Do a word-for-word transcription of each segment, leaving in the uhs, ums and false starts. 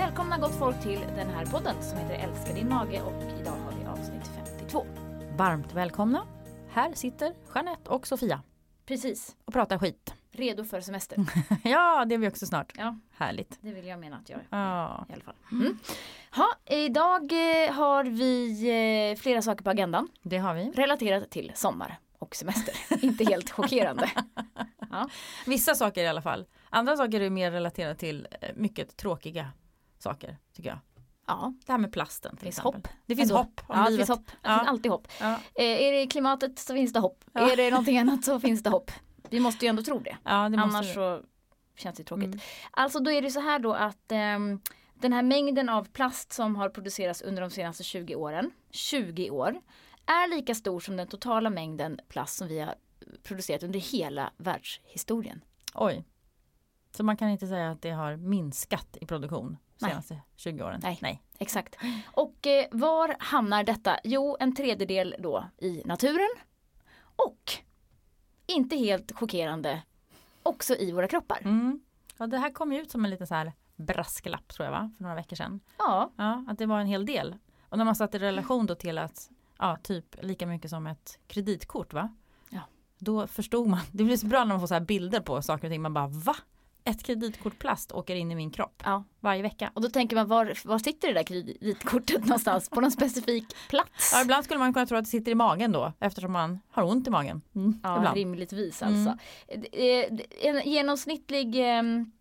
Välkomna gott folk till den här podden som heter Älska din mage, och idag har vi avsnitt femtiotvå. Varmt välkomna. Här sitter Jeanette och Sofia. Precis. Och pratar skit. Redo för semester. Ja, det är vi också snart. Ja. Härligt. Det vill jag mena att jag är. Ja. I alla fall. Mm. Ha, idag eh, har vi eh, flera saker på agendan. Det har vi. Relaterat till sommar och semester. Inte helt chockerande. Ja. Vissa saker i alla fall. Andra saker är mer relaterade till eh, mycket tråkiga saker, tycker jag. Ja. Det här med plasten till Det finns exempel. hopp. Det finns Ändå. hopp om Ja, det livet. finns hopp. Det Ja. finns alltid hopp. Ja. Eh, är det klimatet så finns det hopp. Ja. Är det någonting annat så finns det hopp. Vi måste ju ändå tro det. Ja, det måste Annars vi. så känns det tråkigt. Mm. Alltså då är det så här då att ehm, den här mängden av plast som har producerats under de senaste tjugo åren, tjugo år, är lika stor som den totala mängden plast som vi har producerat under hela världshistorien. Oj. Så man kan inte säga att det har minskat i produktion de Nej. senaste tjugo åren? Nej. Nej. Exakt. Och eh, var hamnar detta? Jo, en tredjedel då i naturen. Och, inte helt chockerande, också i våra kroppar. Mm. Ja, det här kom ju ut som en liten så här brasklapp, tror jag, va? För några veckor sedan. Ja, Ja, att det var en hel del. Och när man satt i relation då till att ja, typ lika mycket som ett kreditkort, va? Ja. Då förstod man. Det blir så bra när man får så här bilder på saker och ting. Man bara, va? Ett kreditkort plast åker in i min kropp ja. varje vecka. Och då tänker man, var, var sitter det där kreditkortet någonstans? På någon specifik plats? Ja, ibland skulle man kunna tro att det sitter i magen då, eftersom man har ont i magen. Mm, Ja, ibland. rimligtvis alltså. Mm. En genomsnittlig eh,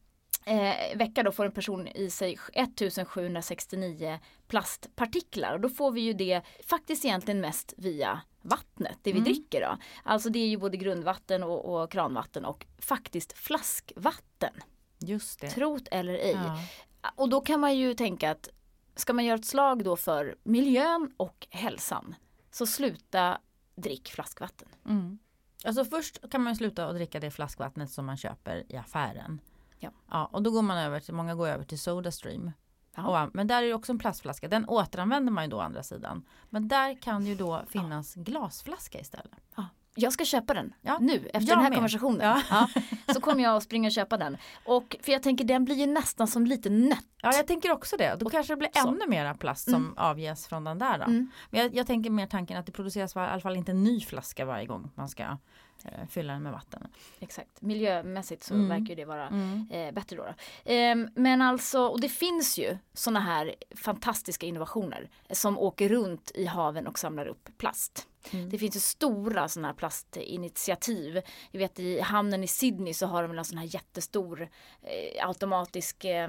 eh, vecka då får en person i sig ettusensjuhundrasextionio plastpartiklar. Och då får vi ju det faktiskt egentligen mest via vattnet, det vi Mm. dricker då. Alltså det är ju både grundvatten och, och kranvatten och faktiskt flaskvatten. Just det. Trot eller ej. Ja. Och då kan man ju tänka att ska man göra ett slag då för miljön och hälsan, så sluta drick flaskvatten. Mm. Alltså först kan man sluta att dricka det flaskvattnet som man köper i affären. Ja. Ja, och då går man över till, många går över till SodaStream. Ja. Och, men där är det också en plastflaska. Den återanvänder man ju då å andra sidan. Men där kan ju då finnas glasflaska istället. Ja. Jag ska köpa den Ja. nu efter Jag den här med. konversationen. Ja. Ja. Så kommer jag att springa och köpa den. Och för jag tänker den blir ju nästan som lite nött. Ja, jag tänker också det. Då kanske det blir så. ännu mera plast som Mm. avges från den där då. Mm. Men jag, jag tänker mer tanken att det produceras var, i alla fall inte en ny flaska varje gång man ska eh, fylla den med vatten. Exakt. Miljömässigt så Mm. verkar ju det vara Mm. eh, bättre då. då. Ehm, men alltså, och det finns ju såna här fantastiska innovationer som åker runt i haven och samlar upp plast. Mm. Det finns ju stora sådana här plastinitiativ. Jag vet i hamnen i Sydney så har de en sån här jättestor eh, automatisk eh,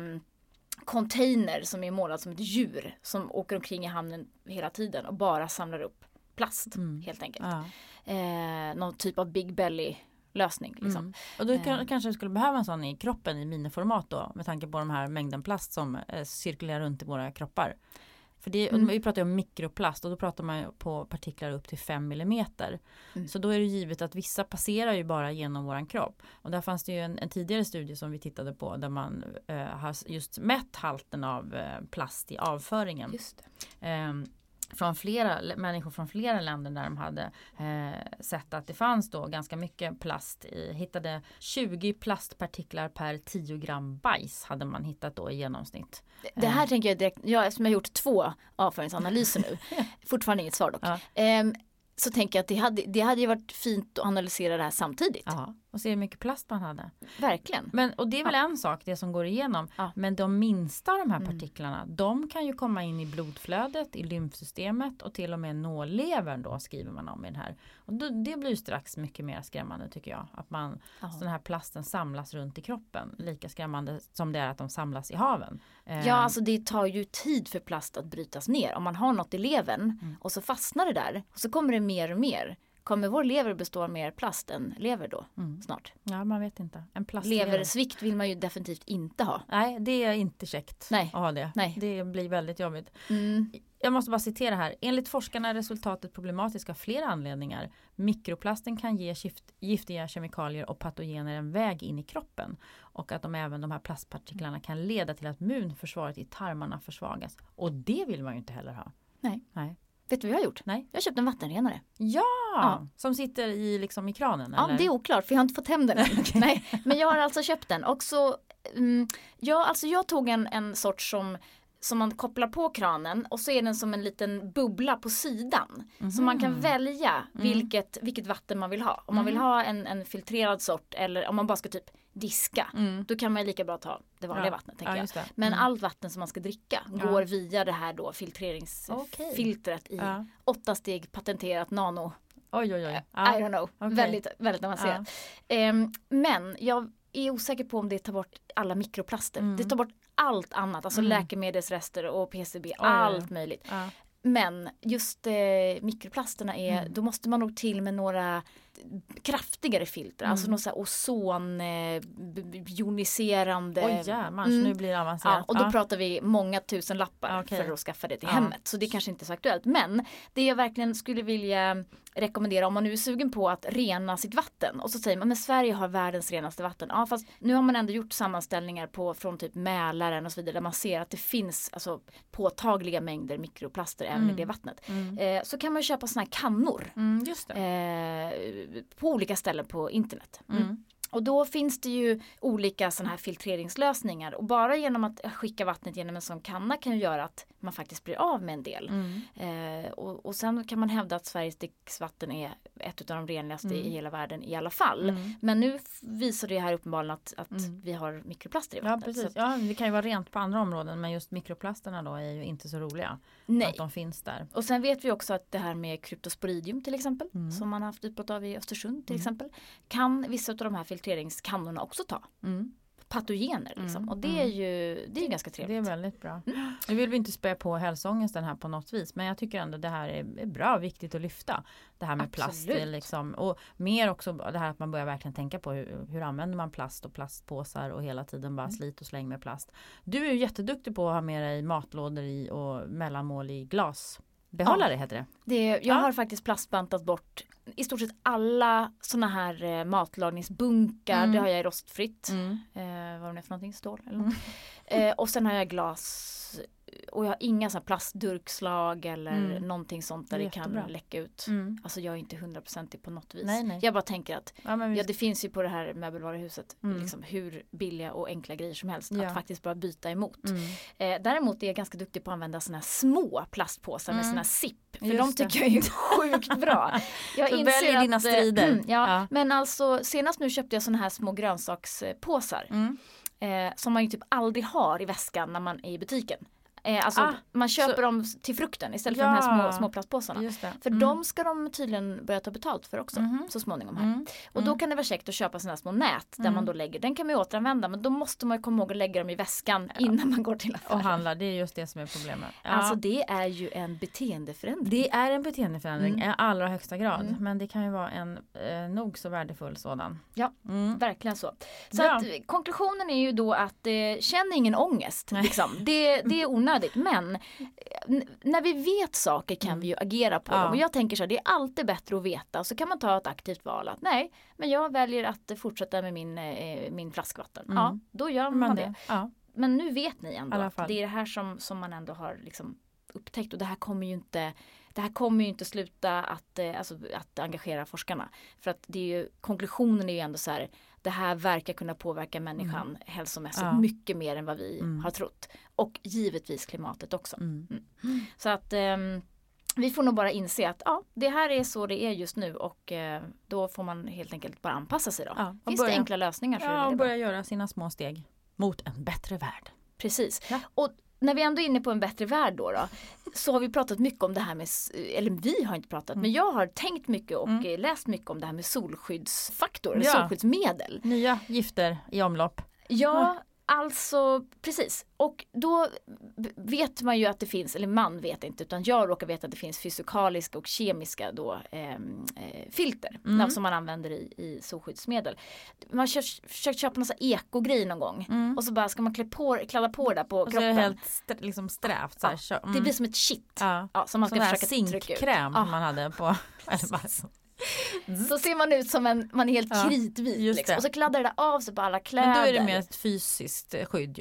container som är målad som ett djur som åker omkring i hamnen hela tiden och bara samlar upp plast Mm. helt enkelt. Ja. Eh, någon typ av Big Belly lösning liksom. Mm. Och då kan, Eh. kanske du skulle behöva en sån i kroppen i miniformat då, med tanke på de här mängden plast som eh, cirkulerar runt i våra kroppar. För det, Mm. och vi pratar ju om mikroplast och då pratar man ju på partiklar upp till fem millimeter. Mm. Så då är det givet att vissa passerar ju bara genom våran kropp. Och där fanns det ju en, en tidigare studie som vi tittade på där man eh, har just mätt halten av eh, plast i avföringen. Just det. Ehm, från flera människor från flera länder där de hade eh, sett att det fanns då ganska mycket plast i, hittade tjugo plastpartiklar per tio gram bajs hade man hittat då i genomsnitt. Det här tänker jag direkt, jag, som jag har gjort två avföringsanalyser nu, fortfarande inget svar dock. Ja. Ehm, så tänker jag att det hade, det hade ju varit fint att analysera det här samtidigt. Ja, och se hur mycket plast man hade. Verkligen. Men, och det är väl en sak, det som går igenom. Ja. Men de minsta av de här Mm. partiklarna, de kan ju komma in i blodflödet, i lymfsystemet och till och med nå levern då, skriver man om i den här. Och då, det blir ju strax mycket mer skrämmande tycker jag. Att man, Ja. så den här plasten samlas runt i kroppen. Lika skrämmande som det är att de samlas i haven. Eh, Ja, alltså det tar ju tid för plast att brytas ner. Om man har något i levern Mm. och så fastnar det där och så kommer det mer och mer. Kommer vår lever bestå av mer plast än lever då mm. snart? Ja, man vet inte. En plast Leversvikt vill man ju definitivt inte ha. Nej, det är inte käckt Nej. att ha det. Nej. Det blir väldigt jobbigt. Mm. Jag måste bara citera här. Enligt forskarna är resultatet problematiskt av flera anledningar. Mikroplasten kan ge gift, giftiga kemikalier och patogener en väg in i kroppen. Och att de, även de här plastpartiklarna kan leda till att immunförsvaret i tarmarna försvagas. Och det vill man ju inte heller ha. Nej. Nej. Vet du vad jag har gjort? Nej. Jag har köpt en vattenrenare. Ja, Ja. som sitter i, liksom, i kranen? Ja, eller? det är oklart för jag har inte fått hem den än. Nej, men jag har alltså köpt den. Och så, mm, ja, alltså jag tog en, en sorts som, som man kopplar på kranen och så är den som en liten bubbla på sidan. Mm. Så man kan välja vilket, vilket vatten man vill ha. Om man vill ha en, en filtrerad sort eller om man bara ska typ diska. Mm. Då kan man lika bra ta det vanliga ja. vattnet. Tänker ja, jag. Men mm. allt vatten som man ska dricka ja. går via det här då filtreringsfiltret okay. i ja. åtta steg patenterat nano. Oj, oj, oj. Ja. I don't know. Okay. Väldigt, väldigt avancerat. Ja. Um, men jag är osäker på om det tar bort alla mikroplaster. Mm. Det tar bort allt annat. Alltså mm. läkemedelsrester och P C B. Oj, allt oj. möjligt. Ja. Men just eh, mikroplasterna är, mm. då måste man nog till med några kraftigare filter. Mm. Alltså något så här ozon, eh, joniserande. Oj jävlar, mm. nu blir det avancerat. Ja, och då ja. pratar vi många tusen lappar okay. för att skaffa det till ja. hemmet. Så det kanske inte är så aktuellt. Men det jag verkligen skulle vilja rekommendera om man nu är sugen på att rena sitt vatten. Och så säger man, men Sverige har världens renaste vatten. Ja, fast nu har man ändå gjort sammanställningar på, från typ Mälaren och så vidare. Där man ser att det finns alltså, påtagliga mängder mikroplaster även mm. i det vattnet. Mm. Eh, så kan man köpa såna här kannor. Mm, just det. Eh, på olika ställen på internet. Mm. Mm. Och då finns det ju olika sådana här filtreringslösningar. Och bara genom att skicka vattnet genom en sån kanna kan ju göra att man faktiskt blir av med en del. Mm. Eh, och, och sen kan man hävda att Sveriges dricksvatten är ett av de renligaste mm. i hela världen i alla fall. Mm. Men nu visar det här uppenbarligen att, att mm. vi har mikroplaster i vattnet. Ja, precis. Så att, ja, det kan ju vara rent på andra områden men just mikroplasterna då är ju inte så roliga. Nej. Att de finns där. Och sen vet vi också att det här med kryptosporidium till exempel, mm. som man har haft utbrott av i Östersund till mm. exempel, kan vissa av de här filtreringskannorna också ta. Mm. Patogener liksom. Mm. Och det är ju det är ganska trevligt. Det är väldigt bra. Mm. Nu vill vi inte spä på hälsoångesten här på något vis. Men jag tycker ändå det här är bra, viktigt att lyfta. Det här med Absolut. plast. Liksom. Och mer också det här att man börjar verkligen tänka på hur, hur använder man plast och plastpåsar och hela tiden bara mm. slit och släng med plast. Du är ju jätteduktig på att ha med dig matlådor i och mellanmål i glas. Behållare ja. heter det. det jag ja. har faktiskt plastbantat bort i stort sett alla såna här eh, matlagningsbunkar. Mm. Det har jag i rostfritt. Mm. Eh, vad är det för någonting? Stål? Eller mm. eh, och sen har jag glas. Och jag har inga så här plastdurkslag eller mm. någonting sånt där det, det kan läcka ut. Mm. Alltså jag är inte hundraprocentig på något vis. Nej, nej. Jag bara tänker att ja, men ja, det finns ju på det här möbelvaruhuset mm. liksom hur billiga och enkla grejer som helst. Ja. Att faktiskt bara byta emot. Mm. Eh, däremot är jag ganska duktig på att använda såna här små plastpåsar mm. med såna här zipp. För Just de tycker det. jag är sjukt bra. Jag så väljer dina strider. Mm, ja, ja. Men alltså senast nu köpte jag såna här små grönsakspåsar. Mm. Eh, som man ju typ aldrig har i väskan när man är i butiken. Eh, alltså ah, man köper så, dem till frukten istället ja, för de här små, små plastpåsarna. För mm. de ska de tydligen börja ta betalt för också mm. så småningom här. Mm. Och då kan det vara käckt att köpa sådana här små nät där mm. man då lägger. Den kan man ju återanvända men då måste man ju komma ihåg att lägga dem i väskan ja. innan man går till affären. Och handlar, det är just det som är problemet. Ja. Alltså det är ju en beteendeförändring. Det är en beteendeförändring i mm. allra högsta grad. Mm. Men det kan ju vara en eh, nog så värdefull sådan. Ja, mm. verkligen så. Så ja. att, konklusionen är ju då att eh, känn ingen ångest. Liksom. Det, det är onödigt men N- när vi vet saker kan mm. vi ju agera på ja. dem. Och jag tänker så här, det är alltid bättre att veta. Och så kan man ta ett aktivt val att nej, men jag väljer att fortsätta med min, eh, min flaskvatten. Mm. Ja, då gör man, man det. det. Ja. Men nu vet ni ändå att det är det här som, som man ändå har liksom upptäckt. Och det här kommer ju inte, det här kommer ju inte sluta att, eh, alltså, att engagera forskarna. För att det är ju, konklusionen är ju ändå så här, det här verkar kunna påverka människan mm. hälsomässigt ja. mycket mer än vad vi mm. har trott. Och givetvis klimatet också. Mm. Mm. Så att eh, vi får nog bara inse att ja, det här är så det är just nu. Och eh, då får man helt enkelt bara anpassa sig då. Ja, Finns börja, det enkla lösningar? Så ja, är det och börja göra sina små steg mot en bättre värld. Precis. Ja. Och när vi ändå är inne på en bättre värld då, då så har vi pratat mycket om det här med, eller vi har inte pratat, mm. men jag har tänkt mycket och mm. läst mycket om det här med solskyddsfaktor, eller ja. solskyddsmedel. Nya gifter i omlopp. Ja, mm. alltså precis. Och då vet man ju att det finns, eller man vet inte, utan jag råkar veta att det finns fysikaliska och kemiska då, eh, filter mm. som man använder i, i solskyddsmedel. Man har försökt köpa någon sån här ekogrej någon gång mm. och så bara ska man klä på, kladda på det där på och kroppen. Och så är det helt st- liksom strävt. Så här. Ja, mm. Det blir som ett shit. Ja. Ja, som man ska som försöka trycka ut. Zinkkräm som man hade på... Så ser man ut som en, man är helt ja, kritvit liksom. Och så kladdar det av sig på alla kläder. Men då är det mer ett fysiskt skydd ju.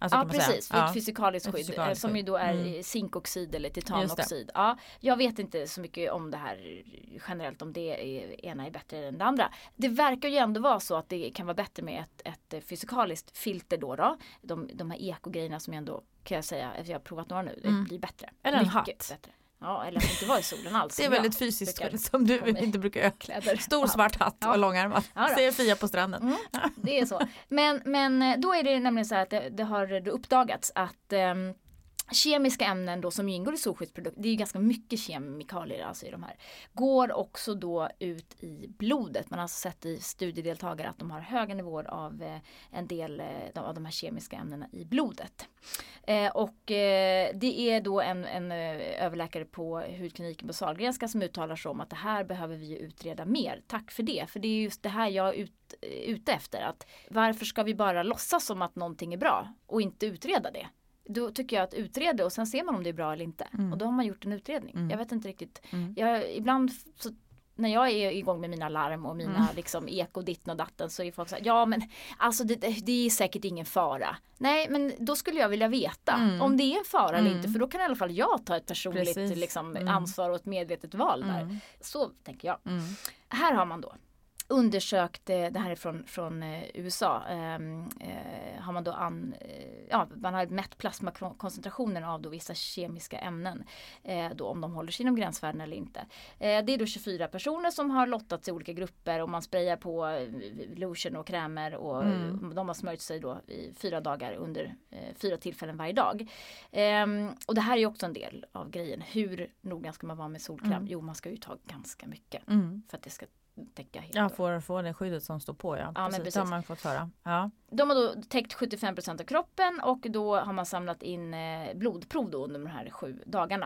Alltså, ja, precis. För ja. ett fysikaliskt skydd. Fysikaliskt som ju då är mm. zinkoxid eller titanoxid. Ja, jag vet inte så mycket om det här generellt, om det är, ena är bättre än det andra. Det verkar ju ändå vara så att det kan vara bättre med ett, ett fysikaliskt filter då. då. De, de här ekogrejerna som jag ändå, kan jag säga, efter jag har provat några nu, det mm. blir bättre. Eller en mycket hatt. Bättre. Ja, eller att inte vara i solen alls. Det är väldigt fysiskt brukar, som du inte brukar kläder. Stor svart hatt ja. och långärmad. Ja, ser Fia på stranden. Mm, det är så. Men, men då är det nämligen så här att det, det har uppdagats att um, kemiska ämnen då som ingår i solskyddsprodukter, det är ju ganska mycket kemikalier alltså i de här, går också då ut i blodet. Man har alltså sett i studiedeltagare att de har höga nivåer av eh, en del eh, av de här kemiska ämnena i blodet. Eh, och eh, det är då en, en eh, överläkare på hudkliniken på Sahlgrenska som uttalar sig om att det här behöver vi ju utreda mer. Tack för det, för det är just det här jag är ut, ute efter. Att varför ska vi bara låtsas som att någonting är bra och inte utreda det? Då tycker jag att utreda och sen ser man om det är bra eller inte. Mm. Och då har man gjort en utredning. Mm. Jag vet inte riktigt. Mm. Jag, ibland så, när jag är igång med mina larm och mina mm. liksom, eko, ditten och datten så är folk så här, ja men alltså det, det är säkert ingen fara. Nej, men då skulle jag vilja veta mm. om det är en fara mm. eller inte. För då kan i alla fall jag ta ett personligt liksom, mm. ansvar och ett medvetet val där. Mm. Så tänker jag. Mm. Här har man då undersökt, det här är från, från U S A, eh, eh, har man då an, eh, ja, man har mätt plasmakoncentrationen av då vissa kemiska ämnen, eh, då om de håller sig inom gränsvärden eller inte. Eh, det är då tjugofyra personer som har lottats i olika grupper och man sprayar på lotion och krämer och mm. de har smörjt sig då i fyra dagar under eh, fyra tillfällen varje dag. Eh, och det här är också en del av grejen. Hur noga ska man vara med solkräm? Mm. Jo, man ska ju ta ganska mycket mm. för att det ska täcka helt. Ja, får få det skyddet som står på, ja. Ja, precis. Men precis. Det har man fått höra. Ja. De har då täckt sjuttiofem procent av kroppen och då har man samlat in eh, blodprov då under de här sju dagarna.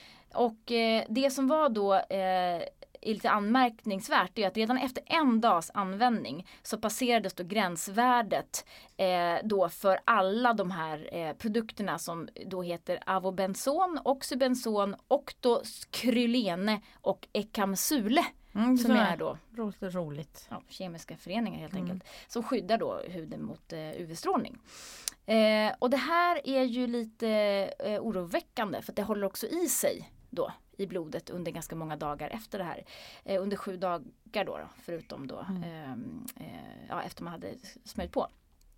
Och eh, det som var då eh, är lite anmärkningsvärt är att redan efter en dags användning så passerades då gränsvärdet eh, då för alla de här eh, produkterna som då heter avobenson, oxybenson, oktokrylene och ekamsule. Mm, som är då roligt, roligt. Ja, kemiska föreningar helt mm. enkelt. Som skyddar då huden mot eh, U V-strålning. Eh, och det här är ju lite eh, oroväckande för att det håller också i sig då i blodet under ganska många dagar efter det här. Eh, under sju dagar då, då förutom då mm. eh, eh, ja, efter man hade smörjt på.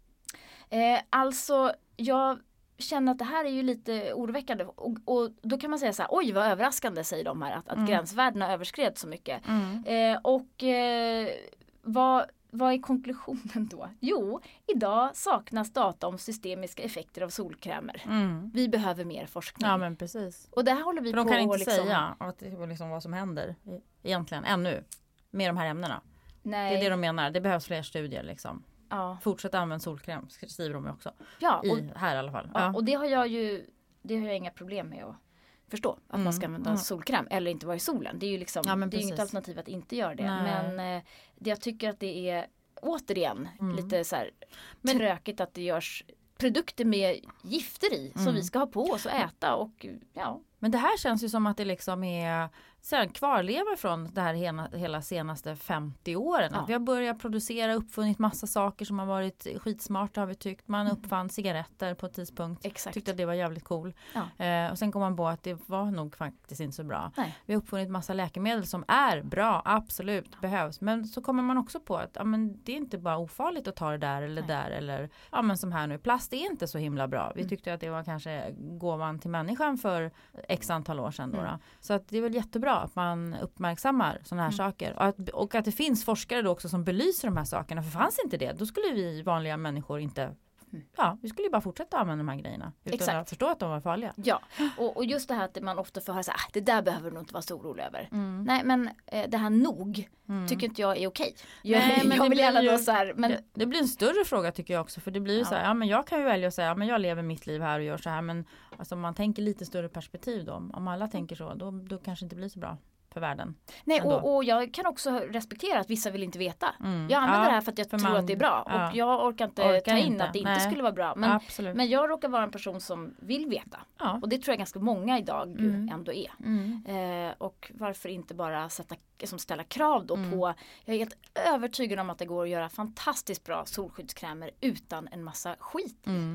Eh, alltså jag känner att det här är ju lite oroväckande och, och då kan man säga så här, oj vad överraskande säger de här att, att mm. gränsvärdena överskred så mycket. Mm. Eh, och eh, vad, vad är konklusionen då? Jo, idag saknas data om systemiska effekter av solkrämer. Mm. Vi behöver mer forskning. Ja, men precis. Och det här håller vi För på de kan inte liksom, säga att det liksom vad som händer egentligen ännu med de här ämnena. Nej. Det är det de menar, det behövs fler studier liksom. Ja. Fortsätt använda solkräm, skriver de också. Ja, och, I, här i alla fall. Ja, ja. Och det har jag ju det har jag inga problem med att förstå. Att mm. man ska använda mm. solkräm eller inte vara i solen. Det är ju liksom, ja, det är inget alternativ att inte göra det. Nej. Men eh, det jag tycker att det är återigen mm. lite så här men, tråkigt att det görs produkter med gifter i mm. som vi ska ha på oss och äta och ja. Men det här känns ju som att det liksom är sen kvarlever från det här hela, hela senaste femtio åren. Ja. Att vi har börjat producera, uppfunnit massa saker som har varit skitsmarta har vi tyckt. Man uppfann cigaretter på ett tidspunkt. Exakt. Tyckte att det var jävligt cool. Ja. Eh, och sen kom man på att det var nog faktiskt inte så bra. Nej. Vi har uppfunnit massa läkemedel som är bra, absolut, ja. behövs. Men så kommer man också på att ja, men det är inte bara ofarligt att ta det där eller Nej. där. Eller ja, men som här nu, plast är inte så himla bra. Vi tyckte mm. att det var kanske gåvan till människan för x antal år sedan. Då, mm. då. Så att det är väl jättebra att man uppmärksammar sådana här mm. saker. Och att, och att det finns forskare då också som belyser de här sakerna. För fanns inte det, då skulle vi vanliga människor inte... Ja, vi skulle ju bara fortsätta använda de här grejerna. Utan Exakt. att förstå att de var farliga. Ja, och, och just det här att man ofta får höra så här, ah, det där behöver du nog inte vara så orolig över. Mm. Nej, men eh, det här nog mm. tycker inte jag är okej. Jag, Nej, men jag vill gärna ju, då så här, men... det, det blir en större fråga tycker jag också. För det blir ju ja. så här, ja men jag kan ju välja att säga, ja men jag lever mitt liv här och gör så här. Men alltså, om man tänker lite större perspektiv då. Om alla tänker så, då, då kanske inte blir så bra. För världen. Nej, och, och jag kan också respektera att vissa vill inte veta. Mm. Jag använder ja, det här för att jag för tror man, att det är bra. Ja. Och jag orkar inte orkar ta in inte. att det inte Nej. skulle vara bra. Men, men jag råkar vara en person som vill veta. Ja. Och det tror jag ganska många idag mm. ändå är. Mm. Eh, och varför inte bara sätta, som ställa krav då mm. på. Jag är helt övertygad om att det går att göra fantastiskt bra solskyddskrämer utan en massa skit. Mm.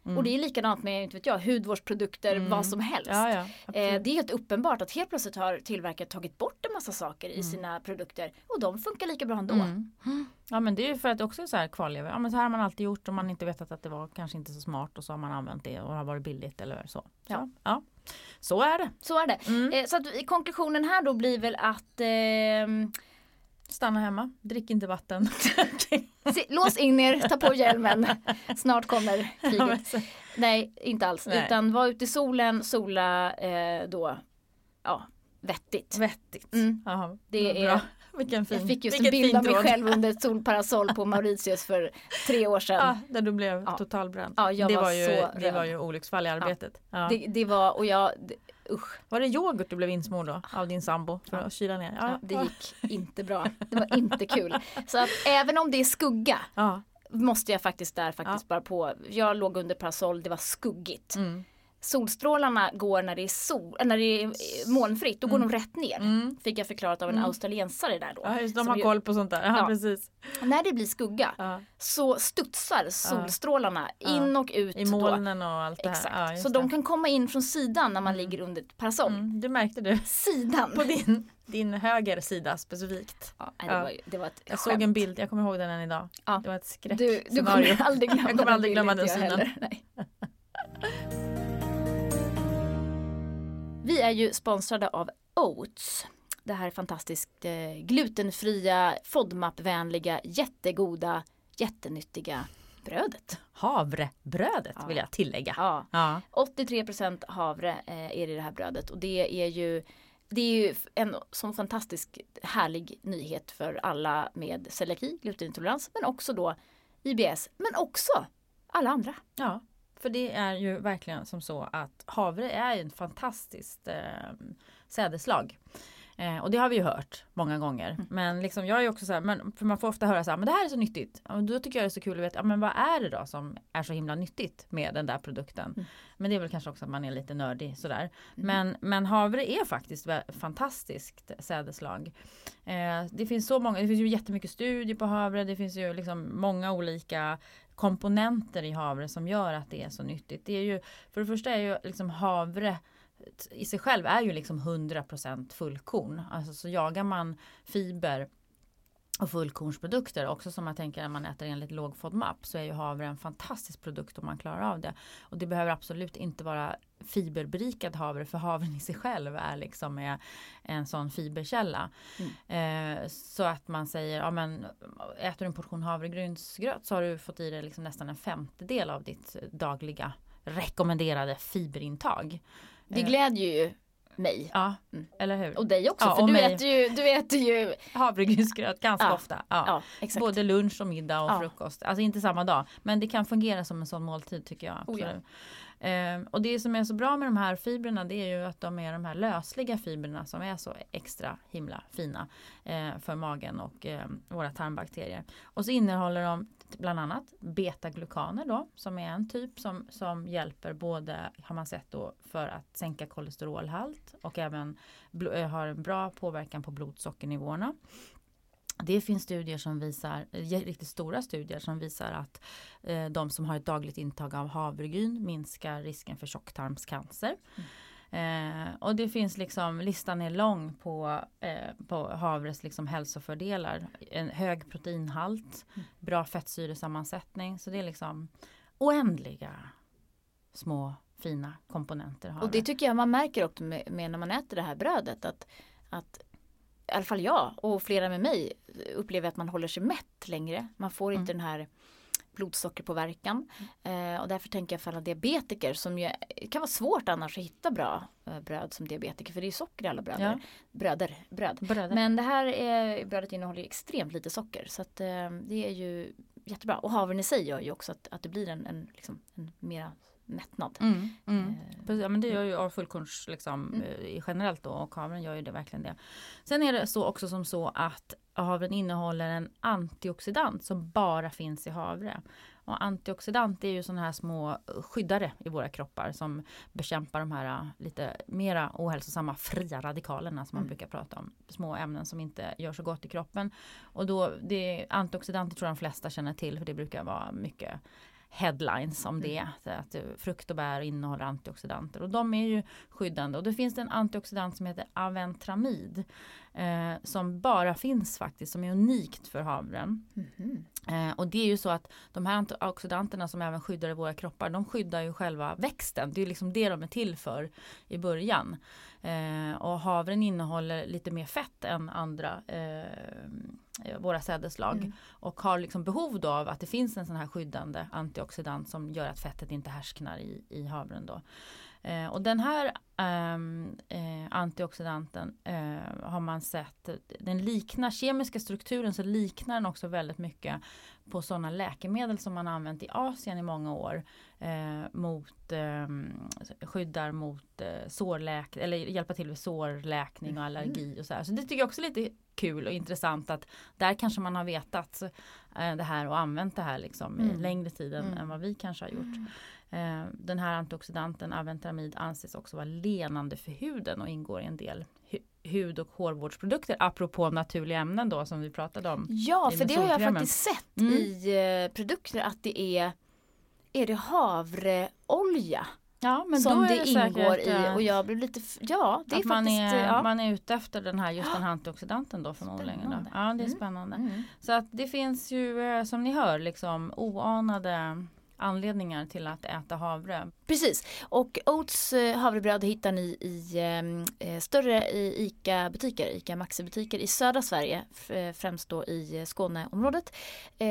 Mm. Och det är likadant med, inte vet jag, hudvårdsprodukter, mm. vad som helst. Ja, ja, eh, det är helt uppenbart att helt plötsligt har tillverkare tagit bort en massa saker mm. i sina produkter. Och de funkar lika bra ändå. Mm. Ja, men det är ju för att också så här kvarlever. Ja, men så här har man alltid gjort och man inte vetat att det var kanske inte så smart och så har man använt det och har varit billigt eller så. så ja. ja. Så är det. Så är det. Mm. Eh, så att konklusionen här då blir väl att eh, stanna hemma, drick inte vatten. Se, lås in er, ta på hjälmen. Snart kommer kriget. Ja, Nej, inte alls. Nej. Utan var ute i solen, sola eh, då, ja, vettigt. Vettigt. Mm. Jaha, det är... Vilken fin, jag fick just en bild av mig själv under ett solparasoll på Mauritius för tre år sedan. Ja, där du blev ja. totalbränd. Ja, jag det var, var ju, så det var ju olycksfall i arbetet. Ja. Ja. Det, det var, och jag, det, usch. Var det yoghurt du blev insmord då av din sambo för ja. att kyla ner? Ja, ja, det gick inte bra. Det var inte kul. Så att även om det är skugga ja. måste jag faktiskt där faktiskt ja. bara på. Jag låg under parasoll, det var skuggigt. Mm. Solstrålarna går när det är sol, när det är molnfritt, då går mm. de rätt ner. Mm. Fick jag förklarat av en mm. australiensare där då. Ja, just, de har ju, koll på sånt där. Ja, ja. precis. När det blir skugga ja. så studsar solstrålarna ja. in och ut. I molnen och allt det här. Exakt. Ja, så det. de kan komma in från sidan när man mm. ligger under ett parasoll. Mm, det märkte du. Sidan. På din, din höger sida specifikt. Ja, det, var, det var ett Jag skämt. såg en bild, jag kommer ihåg den än idag. Ja. Det var ett skräck. Du, du kommer aldrig glömma, jag kommer aldrig glömma den synen. Nej. Vi är ju sponsrade av Oats. Det här fantastiskt eh, glutenfria, FODMAP-vänliga, jättegoda, jättenyttiga brödet. Havrebrödet ja. vill jag tillägga. Ja. Ja. åttiotre procent havre eh, är det i det här brödet. Och det är ju, det är ju en sån fantastisk härlig nyhet för alla med celiaki, glutenintolerans, men också då I B S, men också alla andra. Ja. För det är ju verkligen som så att havre är en fantastiskt eh, sädeslag. Eh, och det har vi ju hört många gånger. Mm. Men liksom jag är ju också så här, men, för man får ofta höra så här, men det här är så nyttigt. Och då tycker jag det är så kul att veta, ja, men vad är det då som är så himla nyttigt med den där produkten? Mm. Men det är väl kanske också att man är lite nördig sådär. Mm. Men, men havre är faktiskt fantastiskt sädeslag. Eh, det finns så många, det finns ju jättemycket studier på havre. Det finns ju liksom många olika komponenter i havre som gör att det är så nyttigt. Det är ju, för det första är ju liksom havre i sig själv är ju liksom hundra procent fullkorn. Alltså så jagar man fiber och fullkornsprodukter också, som man tänker när man äter enligt låg FODMAP, så är ju havre en fantastisk produkt om man klarar av det. Och det behöver absolut inte vara fiberberikad havre, för havren i sig själv är liksom är en sån fiberkälla. Mm. Eh, så att man säger, ja men äter du en portion havregrynsgröt så har du fått i dig liksom nästan en femtedel av ditt dagliga rekommenderade fiberintag. Det glädjer ju mig. Ja, mm. eller hur? Och dig också, ja, för och du, mig. äter ju, du äter ju havregrynsgröt ganska ja. ofta. Ja. Ja, exakt. Både lunch och middag och ja. frukost. Alltså inte samma dag. Men det kan fungera som en sån måltid tycker jag. Oh, ja. eh, och det som är så bra med de här fibrerna, det är ju att de är de här lösliga fibrerna som är så extra himla fina eh, för magen och eh, våra tarmbakterier. Och så innehåller de bland annat betaglukaner då, som är en typ som, som hjälper både, har man sett då, för att sänka kolesterolhalt och även bl- har en bra påverkan på blodsockernivåerna. Det finns studier som visar, riktigt stora studier som visar att eh, de som har ett dagligt intag av havregryn minskar risken för tjocktarmscancer. Mm. Eh, och det finns liksom, listan är lång på, eh, på havres liksom hälsofördelar. En hög proteinhalt, mm. bra fettsyresammansättning. Så det är liksom oändliga små fina komponenter. Havre. Och det tycker jag man märker också med, med när man äter det här brödet. Att, att i alla fall jag och flera med mig upplever att man håller sig mätt längre. Man får inte mm. den här blodsockerpåverkan. Mm. Eh, och därför tänker jag för alla diabetiker som ju kan vara svårt annars att hitta bra eh, bröd som diabetiker. För det är socker i alla bröder. Ja. Bröder, bröd. Bröder. Men det här är, brödet innehåller extremt lite socker. Så att, eh, det är ju jättebra. Och havren i sig gör ju också att, att det blir en, en, liksom, en mera mättnad. Mm, mm. Eh, ja, men det gör ju fullkorns liksom, mm. generellt då, och havren gör ju det verkligen det. Sen är det så också som så att havren innehåller en antioxidant som bara finns i havre. Och antioxidant är ju sådana här små skyddare i våra kroppar som bekämpar de här lite mera ohälsosamma fria radikalerna som man mm. brukar prata om. Små ämnen som inte gör så gott i kroppen. Och då, det, antioxidanter tror jag de flesta känner till, för det brukar vara mycket headlines om det. Mm. Att frukt och bär innehåller antioxidanter. Och de är ju skyddande. Och det finns en antioxidant som heter aventramid. Eh, som bara finns faktiskt. Som är unikt för havren. Mm. Eh, och det är ju så att de här antioxidanterna som även skyddar i våra kroppar. De skyddar ju själva växten. Det är ju liksom det de är till för i början. Eh, och havren innehåller lite mer fett än andra eh, våra sädeslag. Mm. Och har liksom behov då av att det finns en sån här skyddande antioxidant som gör att fettet inte härsknar i, i havren då. Eh, och den här ehm, eh, antioxidanten eh, har man sett, den liknar kemiska strukturen, så liknar den också väldigt mycket på sådana läkemedel som man har använt i Asien i många år eh, mot eh, skyddar mot eh, sårläk eller hjälpa till vid sårläkning och allergi och så här. Så det tycker jag också är lite kul och intressant att där kanske man har vetat eh, det här och använt det här liksom mm. i längre tid än, mm. än vad vi kanske har gjort. Mm. Den här antioxidanten aventramid anses också vara lenande för huden och ingår i en del hu- hud- och hårvårdsprodukter apropå naturliga ämnen då som vi pratade om. Ja, för det har jag faktiskt sett mm. i eh, produkter att det är är det havreolja. Ja, men som då det, det ingår säkert, i och jag blir lite ja, det är att man faktiskt är, ja. man är ute efter den här just den här antioxidanten då förmodligen. Då. Ja, det är mm. spännande. Mm. Så att det finns ju som ni hör liksom oanade anledningar till att äta havre. Precis. Och Oats havrebröd hittar ni i eh, större i ICA-butiker, ICA Maxi-butiker i södra Sverige, främst då i Skåneområdet. Eh,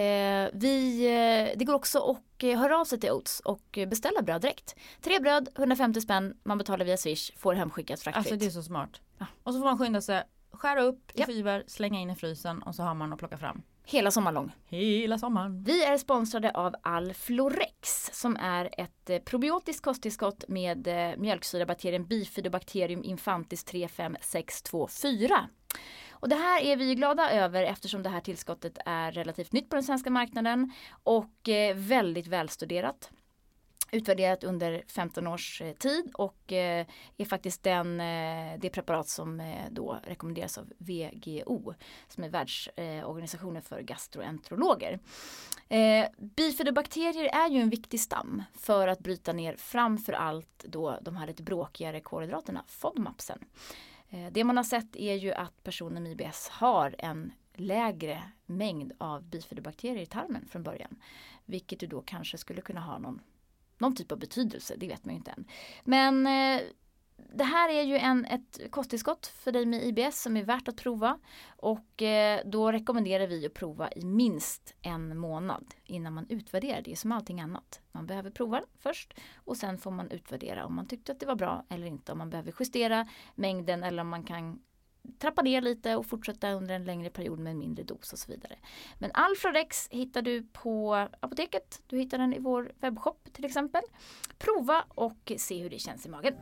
vi, det går också att höra av sig till Oats och beställa bröd direkt. Tre bröd, hundrafemtio spänn, man betalar via Swish, får hemskickat fraktfritt. Alltså det är så smart. Ja. Och så får man skynda sig, skära upp i skivor, slänga in i frysen och så har man att plocka fram. Hela sommarlång. Hela sommaren. Vi är sponsrade av Alflorex som är ett probiotiskt kosttillskott med mjölksyrabakterien Bifidobacterium infantis tre fem sex två fyra. Och det här är vi glada över eftersom det här tillskottet är relativt nytt på den svenska marknaden och väldigt välstuderat. Utvärderat under femton års tid och eh, är faktiskt den, eh, det preparat som eh, då rekommenderas av V G O som är världsorganisationen eh, för gastroenterologer. Eh, bifidobakterier är ju en viktig stam för att bryta ner framför allt då de här lite bråkigare kolhydraterna, FODMAPsen. Eh, det man har sett är ju att personer med I B S har en lägre mängd av bifidobakterier i tarmen från början. Vilket du då kanske skulle kunna ha någon Någon typ av betydelse, det vet man ju inte än. Men eh, det här är ju en, ett kosttillskott för dig med I B S som är värt att prova. Och eh, då rekommenderar vi att prova i minst en månad innan man utvärderar. Det är som allting annat. Man behöver prova först och sen får man utvärdera om man tyckte att det var bra eller inte. Om man behöver justera mängden eller om man kan trappa ner lite och fortsätta under en längre period med en mindre dos och så vidare. Men Alflorex hittar du på apoteket. Du hittar den i vår webbshop till exempel. Prova och se hur det känns i magen.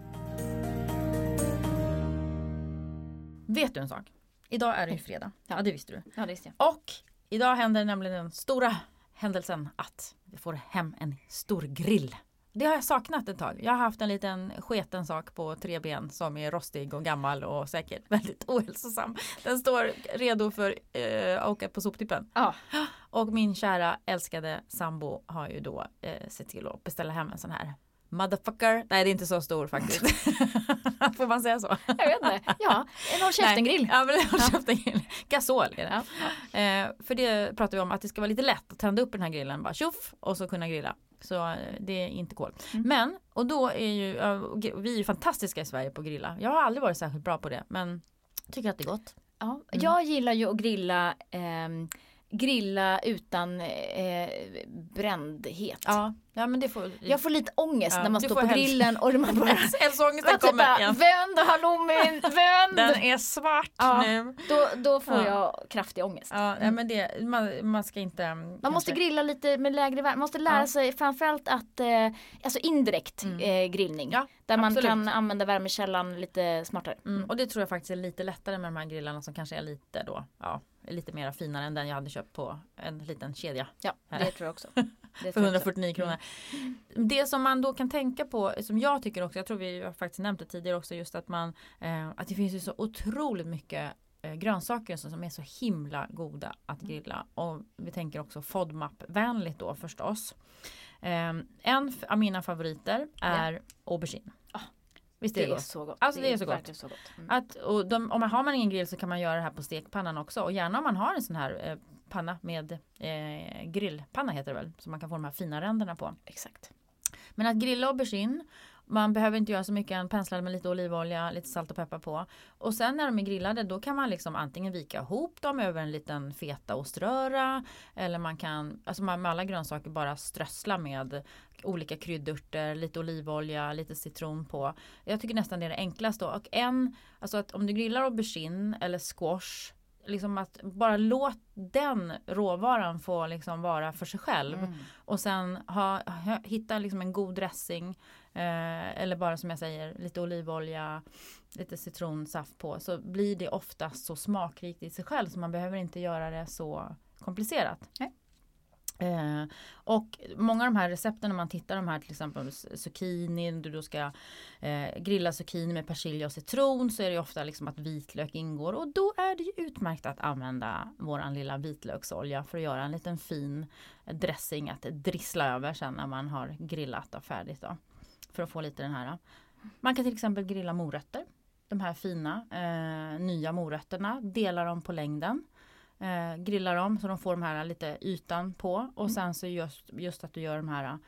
Vet du en sak? Idag är det ju fredag. Ja, det visste du. Ja, det visste jag. Och idag händer nämligen den stora händelsen att vi får hem en stor grill. Det har jag saknat ett tag. Jag har haft en liten sketen sak på tre ben som är rostig och gammal och säkert väldigt ohälsosam. Den står redo för eh, att åka på soptippen. Ja. Och min kära älskade sambo har ju då eh, sett till att beställa hem en sån här motherfucker. Nej, det är inte så stor faktiskt. Får man säga så? Jag vet inte. Ja, en håll käften-grill. Ja, men en håll käften-grill. Gasol är det. Ja. Eh, för det pratar vi om att det ska vara lite lätt att tända upp den här grillen. Bara tjoff och så kunna grilla. Så det är inte kol. Mm. Men, och då är ju, vi är ju fantastiska i Sverige på att grilla. Jag har aldrig varit särskilt bra på det, men tycker att det är gott. Ja, mm. Jag gillar ju att grilla eh, grilla utan eh, brändhet. Ja, ja, men det får... Jag får lite ångest ja, när man står på helst. grillen och man bara... Hälsoångesten kommer igen. Vänd, halloumi, vänd! Den är svart ja, nu. Då, då får ja. jag kraftig ångest. Ja, mm. men det, man, man ska inte... Man kanske... måste grilla lite med lägre värme. Man måste lära ja. sig framförallt att... Eh, alltså indirekt mm. eh, grillning. Ja, där man absolut. kan använda värmekällan lite smartare. Mm. Och det tror jag faktiskt är lite lättare med de här grillarna som kanske är lite då... Ja. lite mer finare än den jag hade köpt på en liten kedja. Ja, det tror jag också. Det för hundrafyrtionio kronor. Mm. Det som man då kan tänka på, som jag tycker också, jag tror vi har faktiskt nämnt det tidigare också, just att man, eh, att det finns ju så otroligt mycket eh, grönsaker som är så himla goda att grilla. Och vi tänker också FODMAP-vänligt då förstås. Um, en f- av mina favoriter är ja. aubergine. Oh, Visst är det, det är gott? så gott. Alltså det är, det är så gott. Så gott. Mm. Att, och de, om man har man ingen grill så kan man göra det här på stekpannan också. Och gärna om man har en sån här eh, panna med eh, grillpanna heter det väl. Så man kan få de här fina ränderna på. Exakt. Men att grilla aubergine, man behöver inte göra så mycket än pensla med lite olivolja, lite salt och peppar på. Och sen när de är grillade då kan man liksom antingen vika ihop dem över en liten fetaoströra. Eller man kan, alltså man med alla grönsaker bara strössla med olika kryddörter, lite olivolja, lite citron på. Jag tycker nästan det är det enklaste då. Och en, alltså att om du grillar aubergine eller squash, liksom att bara låt den råvaran få liksom vara för sig själv. Mm. Och sen ha, ha, hitta liksom en god dressing. Eh, eller bara som jag säger, lite olivolja, lite citronsaft på. Så blir det ofta så smakrikt i sig själv. Så man behöver inte göra det så komplicerat. Nej. Eh, och många av de här recepten när man tittar de här till exempel zucchini, du då ska eh, grilla zucchini med persilja och citron, så är det ofta liksom att vitlök ingår, och då är det ju utmärkt att använda våran lilla vitlöksolja för att göra en liten fin dressing att drissla över sen när man har grillat och färdigt då, för att få lite den här. Man kan till exempel grilla morötter, de här fina eh, nya morötterna, dela dem på längden. Eh, grilla dem så de får de här lite ytan på, och sen så just, just att du gör de här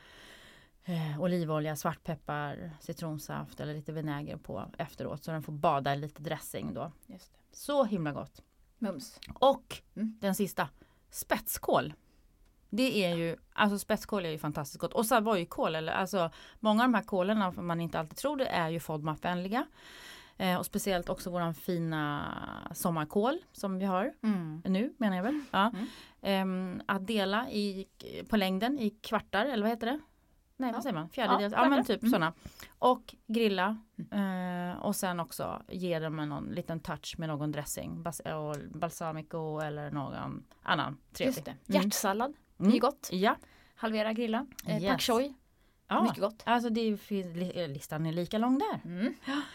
eh, olivolja, svartpeppar, citronsaft eller lite vinäger på efteråt, så den får bada i lite dressing då. Just det. Så himla gott. Mums. Och mm. den sista, spetskål. Det är ju, alltså spetskål är ju fantastiskt gott. Och savoykål, eller alltså många av de här kålarna, för man inte alltid tror det, är ju FODMAP-vänliga. Eh, och speciellt också våran fina sommarkål som vi har mm. nu, menar jag väl. Ja. Mm. Eh, att dela i, på längden i kvartar, eller vad heter det? Nej, ja. vad säger man? Fjärdedels. Ja, ja, men typ mm. sådana. Och grilla. Eh, och sen också ge dem en någon liten touch med någon dressing. Bas- och balsamico eller någon annan trevlig. Just det. Hjärtsallad. Mm. Det är ju gott. Ja. Halvera, grilla. Eh, Yes. Pak choi. Ja. Mycket gott. Alltså det är, listan är lika lång där. Mm.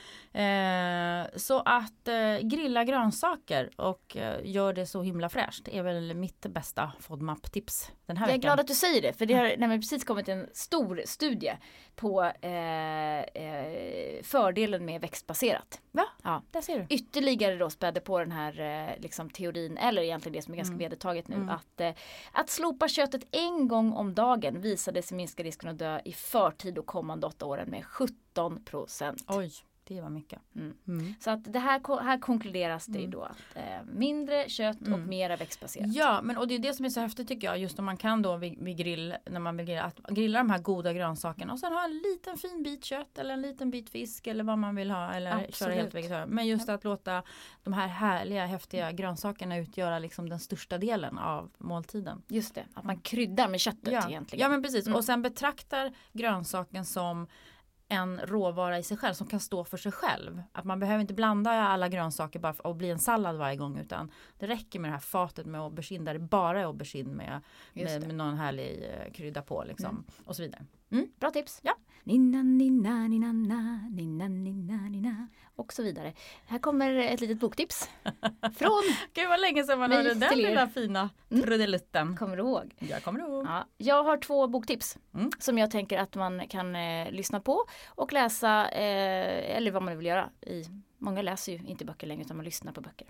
Eh, så att eh, grilla grönsaker och eh, gör det så himla fräscht är väl mitt bästa FODMAP-tips den här Jag är veckan. glad att du säger det, för det har nämligen precis kommit en stor studie på eh, eh, fördelen med växtbaserat. Va? Ja. Där ser du. Ytterligare då spädde på den här eh, liksom teorin, eller egentligen det som är ganska Mm. vedertaget nu, Mm. att, eh, att slopa köttet en gång om dagen visade sig minska risken att dö i förtid och kommande åtta åren med sjutton procent. Oj, det var mycket. Mm. Mm. Så att det här, här konkluderas det Mm. då att eh, mindre kött och Mm. mera växtbaserat. Ja, men och det är det som är så häftigt tycker jag, just om man kan då vid, vid grill, när man vill grilla, att grilla de här goda grönsakerna och sen ha en liten fin bit kött eller en liten bit fisk eller vad man vill ha, eller Absolut. köra helt vegetarianskt. Men just att låta de här härliga, häftiga grönsakerna utgöra liksom den största delen av måltiden. Just det, att man kryddar med köttet Ja, egentligen. ja men precis. Mm. Och sen betraktar grönsaken som en råvara i sig själv som kan stå för sig själv. Att man behöver inte blanda alla grönsaker bara för att bli en sallad varje gång, utan det räcker med det här fatet med aubergine där det bara är aubergine med, med, med någon härlig eh, krydda på liksom, Mm. och så vidare. Mm, bra tips. Ja. Ninna, ninna, ninna, na, ninna, ninna, ninna. Och så vidare. Här kommer ett litet boktips. Från, Gud vad länge sedan man mig hörde den till er. lilla fina Mm. trudelutten. kommer du ihåg? Jag kommer ihåg. Ja, jag har två boktips Mm. som jag tänker att man kan eh, lyssna på och läsa, eh, eller vad man vill göra. I, många läser ju inte böcker längre utan man lyssnar på böcker.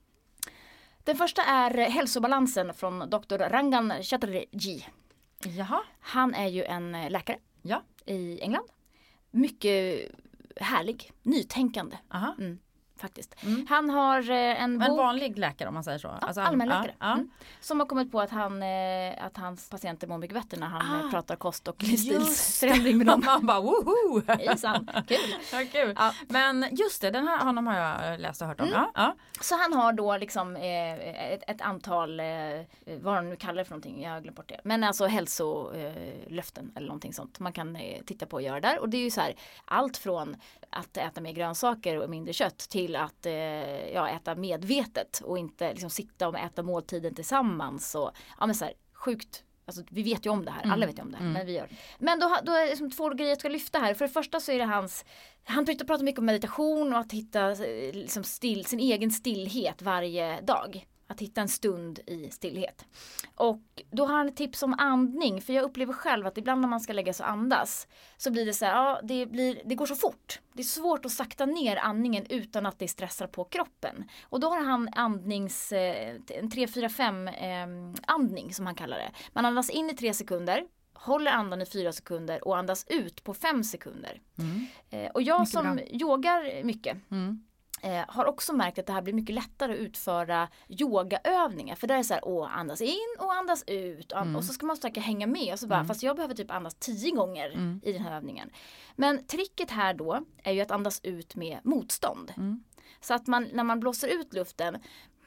Den första är eh, Hälsobalansen från doktor Rangan Chatterjee. Jaha. Han är ju en eh, läkare Ja. i England. Mycket härlig, nytänkande. Aha. Mm, faktiskt. Mm. Han har eh, en En bok. vanlig läkare om man säger så. Alltså, Allmänläkare. Ja, ja. Mm. Som har kommit på att, han, eh, att hans patienter mår mycket bättre när han Ah, eh, pratar kost och just livsstilsförändring med dem. Man bara woho! Hejsan, kul. Ja, kul. Ja. Men just det, den här honom har jag läst och hört om. Mm. Ja, ja. Så han har då liksom eh, ett, ett antal, eh, vad han nu kallar det för någonting, jag har glömt bort det. Men alltså hälsolöften eller någonting sånt man kan eh, titta på och göra där. Och det är ju så här, allt från att äta mer grönsaker och mindre kött till att eh, ja, äta medvetet och inte liksom sitta och äta måltiden tillsammans. Och, ja men så här, sjukt. Alltså, vi vet ju om det här, Mm. alla vet ju om det här, Mm. men vi gör. Men då, då är det liksom två grejer jag ska lyfta här. För det första så är det hans, han pratar mycket om meditation och att hitta liksom still, sin egen stillhet varje dag. Att hitta en stund i stillhet. Och då har han ett tips om andning. För jag upplever själv att ibland när man ska lägga sig och andas så blir det så här, ja, det, blir, det går så fort. Det är svårt att sakta ner andningen utan att det stressar på kroppen. Och då har han andnings, en tre fyra fem eh, andning som han kallar det. Man andas in i tre sekunder. Håller andan i fyra sekunder och andas ut på fem sekunder. Mm. Eh, och jag mycket som bra. yogar mycket. Mm. Eh, har också märkt att det här blir mycket lättare att utföra yogaövningar. För där är det så här, åh, andas in och andas ut. Och, and- mm. och så ska man försöka hänga med. Och så bara, mm. Fast jag behöver typ andas tio gånger mm. i den här övningen. Men tricket här då är ju att andas ut med motstånd. Mm. Så att man, när man blåser ut luften.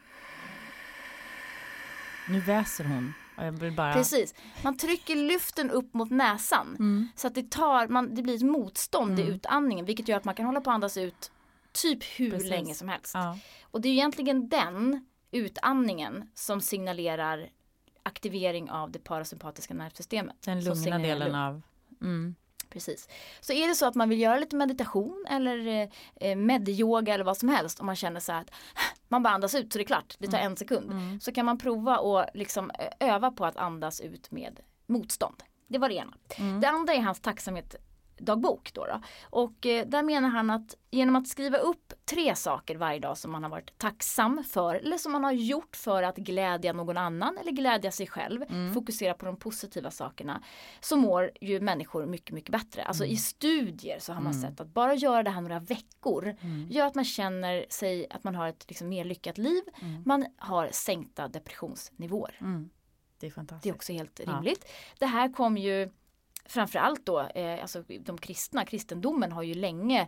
Nu väser hon. Jag vill bara... Precis. Man trycker luften upp mot näsan. Mm. Så att det, tar, man, det blir ett motstånd mm. i utandningen. Vilket gör att man kan hålla på att andas ut typ hur Precis. länge som helst. Ja. Och det är egentligen den utandningen som signalerar aktivering av det parasympatiska nervsystemet. Den lugna delen av... Mm. Precis. Så är det så att man vill göra lite meditation eller eh, medyoga eller vad som helst, om man känner så här att man bara andas ut så det är klart, det tar mm. en sekund. Mm. Så kan man prova att liksom öva på att andas ut med motstånd. Det var det ena. Mm. Det andra är hans tacksamhet dagbok då, då. Och eh, där menar han att genom att skriva upp tre saker varje dag som man har varit tacksam för eller som man har gjort för att glädja någon annan eller glädja sig själv, mm. fokusera på de positiva sakerna, så mår ju människor mycket, mycket bättre. Alltså mm. i studier så har man mm. sett att bara göra det här några veckor mm. gör att man känner sig att man har ett liksom mer lyckat liv. Mm. Man har sänkta depressionsnivåer. Mm. Det är fantastiskt. Det är också helt rimligt. Ja. Det här kom ju framförallt då, eh, alltså de kristna, kristendomen har ju länge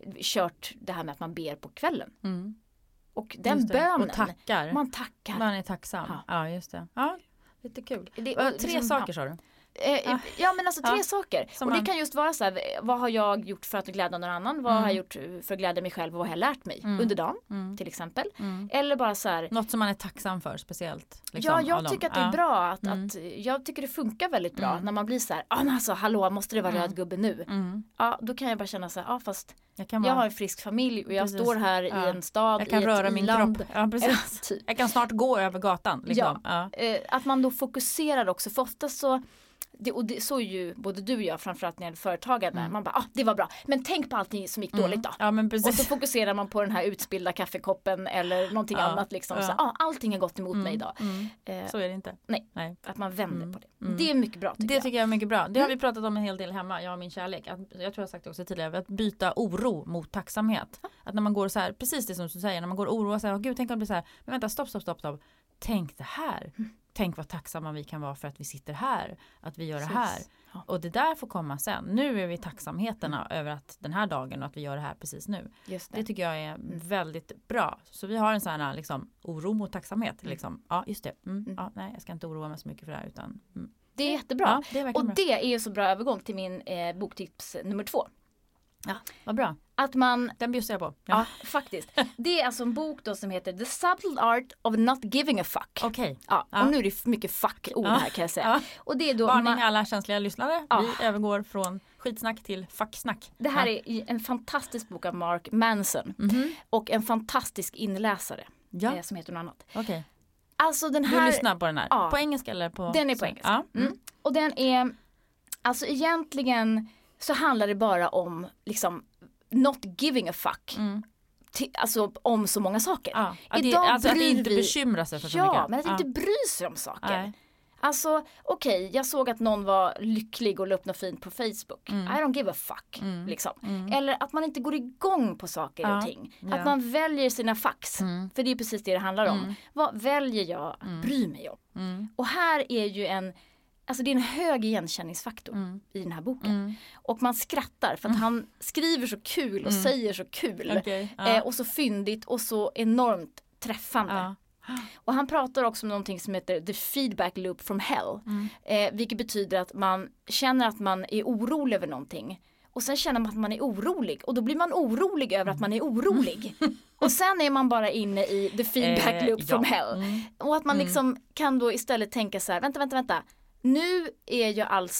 kört det här med att man ber på kvällen. Mm. Och den bönen. Och tackar. Man tackar. Man är tacksam. Ja, ja just det. Ja, lite kul. Det, tre liksom, saker sa du? Eh, ah. Ja men alltså tre ja. saker. Som och man... det kan just vara så här, vad har jag gjort för att glädja någon annan? Vad mm. har jag gjort för att glädja mig själv och vad har jag lärt mig mm. under dagen mm. till exempel? Mm. Eller bara så här. Något som man är tacksam för speciellt. Liksom, ja, jag tycker att det är bra. Att, mm. att, jag tycker det funkar väldigt bra mm. när man blir så här, ah, alltså hallå, måste det vara mm. röd gubbe nu? Mm. Ja, då kan jag bara känna så här, ja ah, fast jag, kan bara... jag har en frisk familj och jag precis. står här ja. i en stad, jag kan i röra ett min land. kropp. Ja, precis. typ. Jag kan snart gå över gatan. Liksom. Ja, ja. Eh, att man då fokuserar också, för ofta så Det, och det, så är ju både du och jag framförallt när det gäller företagande. Mm. Man bara, ah, det var bra. Men tänk på allting som gick mm. dåligt då. Ja, men precis. Och så fokuserar man på den här utspillda kaffekoppen eller någonting ja. annat. Liksom. Ja. Så, ah, allting har gått emot mm. mig idag. Mm. Eh, så är det inte. Nej, nej. Att man vänder mm. på det. Mm. Det är mycket bra tycker Det jag. tycker jag är mycket bra. Det har vi pratat om en hel del hemma, jag och min kärlek. Att, jag tror jag har sagt det också tidigare. Att byta oro mot tacksamhet. Ja. Att när man går så här, precis det som du säger. När man går och oroar sig. Oh, gud, tänk om det blir så här. Men vänta, stopp, stopp, stopp, stopp. Tänk det här. Mm. Tänk vad tacksamma vi kan vara för att vi sitter här. Att vi gör Precis. det här. Ja. Och det där får komma sen. Nu är vi tacksamheterna mm. över att den här dagen och att vi gör det här precis nu. Just det. det tycker jag är mm. väldigt bra. Så vi har en sån här liksom, oro mot tacksamhet. Mm. Liksom. Ja, just det. Mm. Mm. Ja, nej, jag ska inte oroa mig så mycket för det här. Utan, mm. Det är jättebra. Ja, det är och bra. Det är ju så bra övergång till min eh, boktips nummer två. Ja, vad bra. Att man, den bjussar jag på. Ja, ja faktiskt. Det är alltså en bok då som heter The Subtle Art of Not Giving a Fuck. Okej. Okay. Ja, och ja. nu är det mycket fuck-ord ja. här kan jag säga. Ja. Och det är då varning man, alla känsliga lyssnare. Ja. Vi övergår från skitsnack till fucksnack. Det här ja. är en fantastisk bok av Mark Manson. Mm-hmm. Och en fantastisk inläsare. Ja. Eh, som heter något annat. Okej. Okay. Alltså den här. Du lyssnar på den här. Ja. På engelska eller på. Den är på så. engelska. Ja. Mm. Mm. Och den är. Alltså egentligen. Så handlar det bara om liksom. Not giving a fuck. Mm. Till, alltså om så många saker. Ja, att Idag det, alltså att inte bekymra sig för så ja, mycket. Ja, men att ja. inte bry sig om saker. Nej. Alltså okej, okay, jag såg att någon var lycklig och la upp något fint på Facebook. Mm. I don't give a fuck. Mm. Liksom. Mm. Eller att man inte går igång på saker ja. och ting. Att ja. man väljer sina facks. Mm. För det är precis det det handlar om. Mm. Vad väljer jag att mm. bry mig om? Mm. Och här är ju en Alltså det är en hög igenkänningsfaktor mm. i den här boken. Mm. Och man skrattar för att mm. han skriver så kul och mm. säger så kul. Okay. Ja. Eh, och så fyndigt och så enormt träffande. Ja. Och han pratar också om någonting som heter the feedback loop from hell. Mm. Eh, vilket betyder att man känner att man är orolig över någonting. Och sen känner man att man är orolig. Och då blir man orolig över att man är orolig. Mm. Och sen är man bara inne i the feedback loop eh, from ja. hell. Mm. Och att man liksom kan då istället tänka så här, vänta, vänta, vänta. Nu är jag alltså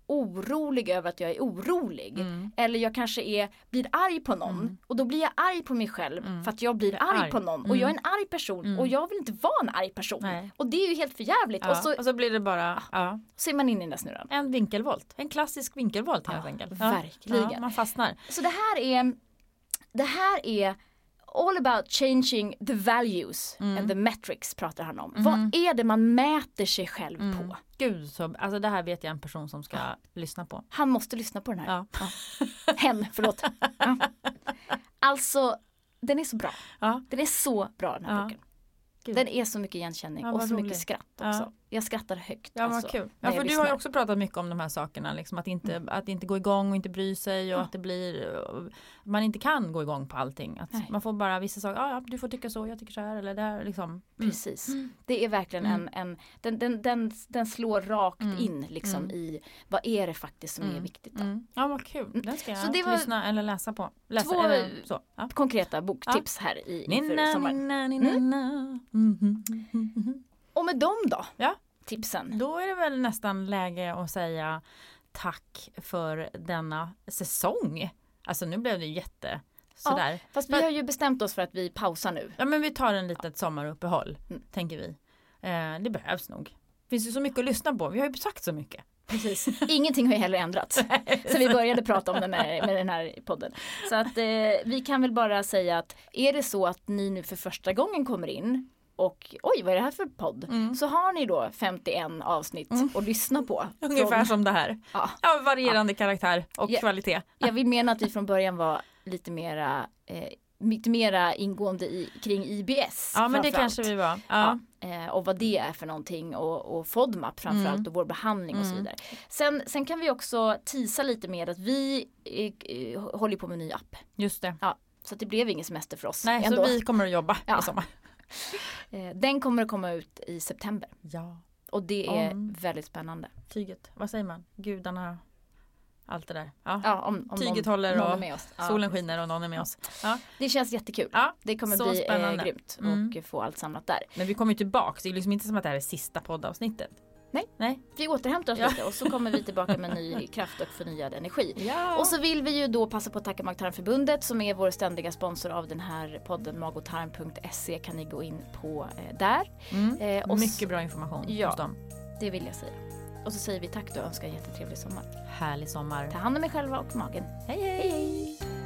orolig över att jag är orolig. Mm. Eller jag kanske är, blir arg på någon. Mm. Och då blir jag arg på mig själv mm. för att jag blir arg, arg på någon. Mm. Och jag är en arg person. Mm. Och jag vill inte vara en arg person. Nej. Och det är ju helt förjävligt. Ja. Och, så, och så blir det bara... Ja. Så är man inne i den där snurran. En vinkelvolt. En klassisk vinkelvolt helt ja, enkelt. Verkligen. Ja, man fastnar. Så det här är... Det här är... All about changing the values mm. and the metrics pratar han om. Mm. Vad är det man mäter sig själv mm. på? Gud, så, alltså det här vet jag en person som ska ja. lyssna på. Han måste lyssna på den här. Ja. Ja. Hen, förlåt. Ja. Alltså, den är så bra. Ja. Den är så bra den här ja. boken. Gud. Den är så mycket igenkänning ja, och så roligt. Mycket skratt också. Ja. Jag skrattar högt. Ja, alltså, vad kul. Ja, för du har ju också pratat mycket om de här sakerna. Liksom, att, inte, mm. att inte gå igång och inte bry sig. Och ja. att det blir... Man inte kan gå igång på allting. Att man får bara vissa saker. Ja, du får tycka så, jag tycker så här. Eller det här liksom. Mm. Precis. Mm. Det är verkligen mm. en... en den, den, den, den slår rakt mm. in liksom mm. i... Vad är det faktiskt som mm. är viktigt då? Mm. Ja, vad kul. Den ska jag så det var lyssna eller läsa på. Läsa, två eller så. Ja. konkreta boktips ja. här i inför sommaren. Mm. Mm. Och med dem då? Ja. Tipsen. Då är det väl nästan läge att säga tack för denna säsong. Alltså nu blev det jätte sådär. Ja, fast vi har ju bestämt oss för att vi pausar nu. Ja, men vi tar en litet sommaruppehåll, mm. tänker vi. Eh, det behövs nog. Det finns ju så mycket att lyssna på. Vi har ju sagt så mycket. Precis. Ingenting har ju heller ändrats sen vi började prata om den här, med den här podden. Så att eh, vi kan väl bara säga att är det så att ni nu för första gången kommer in och oj, vad är det här för podd? Mm. Så har ni då femtioett avsnitt mm. att lyssna på. Ungefär från, som det här. Ja, ja varierande ja. karaktär och ja, kvalitet. Jag vill mena att vi från början var lite mera, eh, lite mera ingående i, kring I B S. Ja, men det kanske vi var. Ja. Ja, eh, och vad det är för någonting. Och, och FODMAP framförallt mm. och vår behandling och så vidare. Sen, sen kan vi också tisa lite med att vi eh, eh, håller på med en ny app. Just det. Ja, så att det blev ingen semester för oss. Nej, ändå. Så vi kommer att jobba ja. i sommar. Den kommer att komma ut i september. Ja. Och det är om väldigt spännande. Tyget, vad säger man? Gudarna, allt det där. Ja, ja om, om tyget någon, håller någon och med oss. solen ja. skiner och någon är med oss. Ja. Det känns jättekul. Ja. Det kommer så bli eh, grymt mm. och få allt samlat där. Men vi kommer ju tillbaka. Det är liksom inte som att det här är sista poddavsnittet. Nej. Nej, vi återhämtar oss ja. lite och så kommer vi tillbaka med ny kraft och förnyad energi. Ja. Och så vill vi ju då passa på att tacka Mag-tarmförbundet som är vår ständiga sponsor av den här podden. magotarm punkt se kan ni gå in på eh, där. Mm. Eh, och mycket bra information ja, hos dem. Det vill jag säga. Och så säger vi tack då och önskar en jättetrevlig sommar. Härlig sommar. Ta hand om er själva och magen. Hej hej! hej.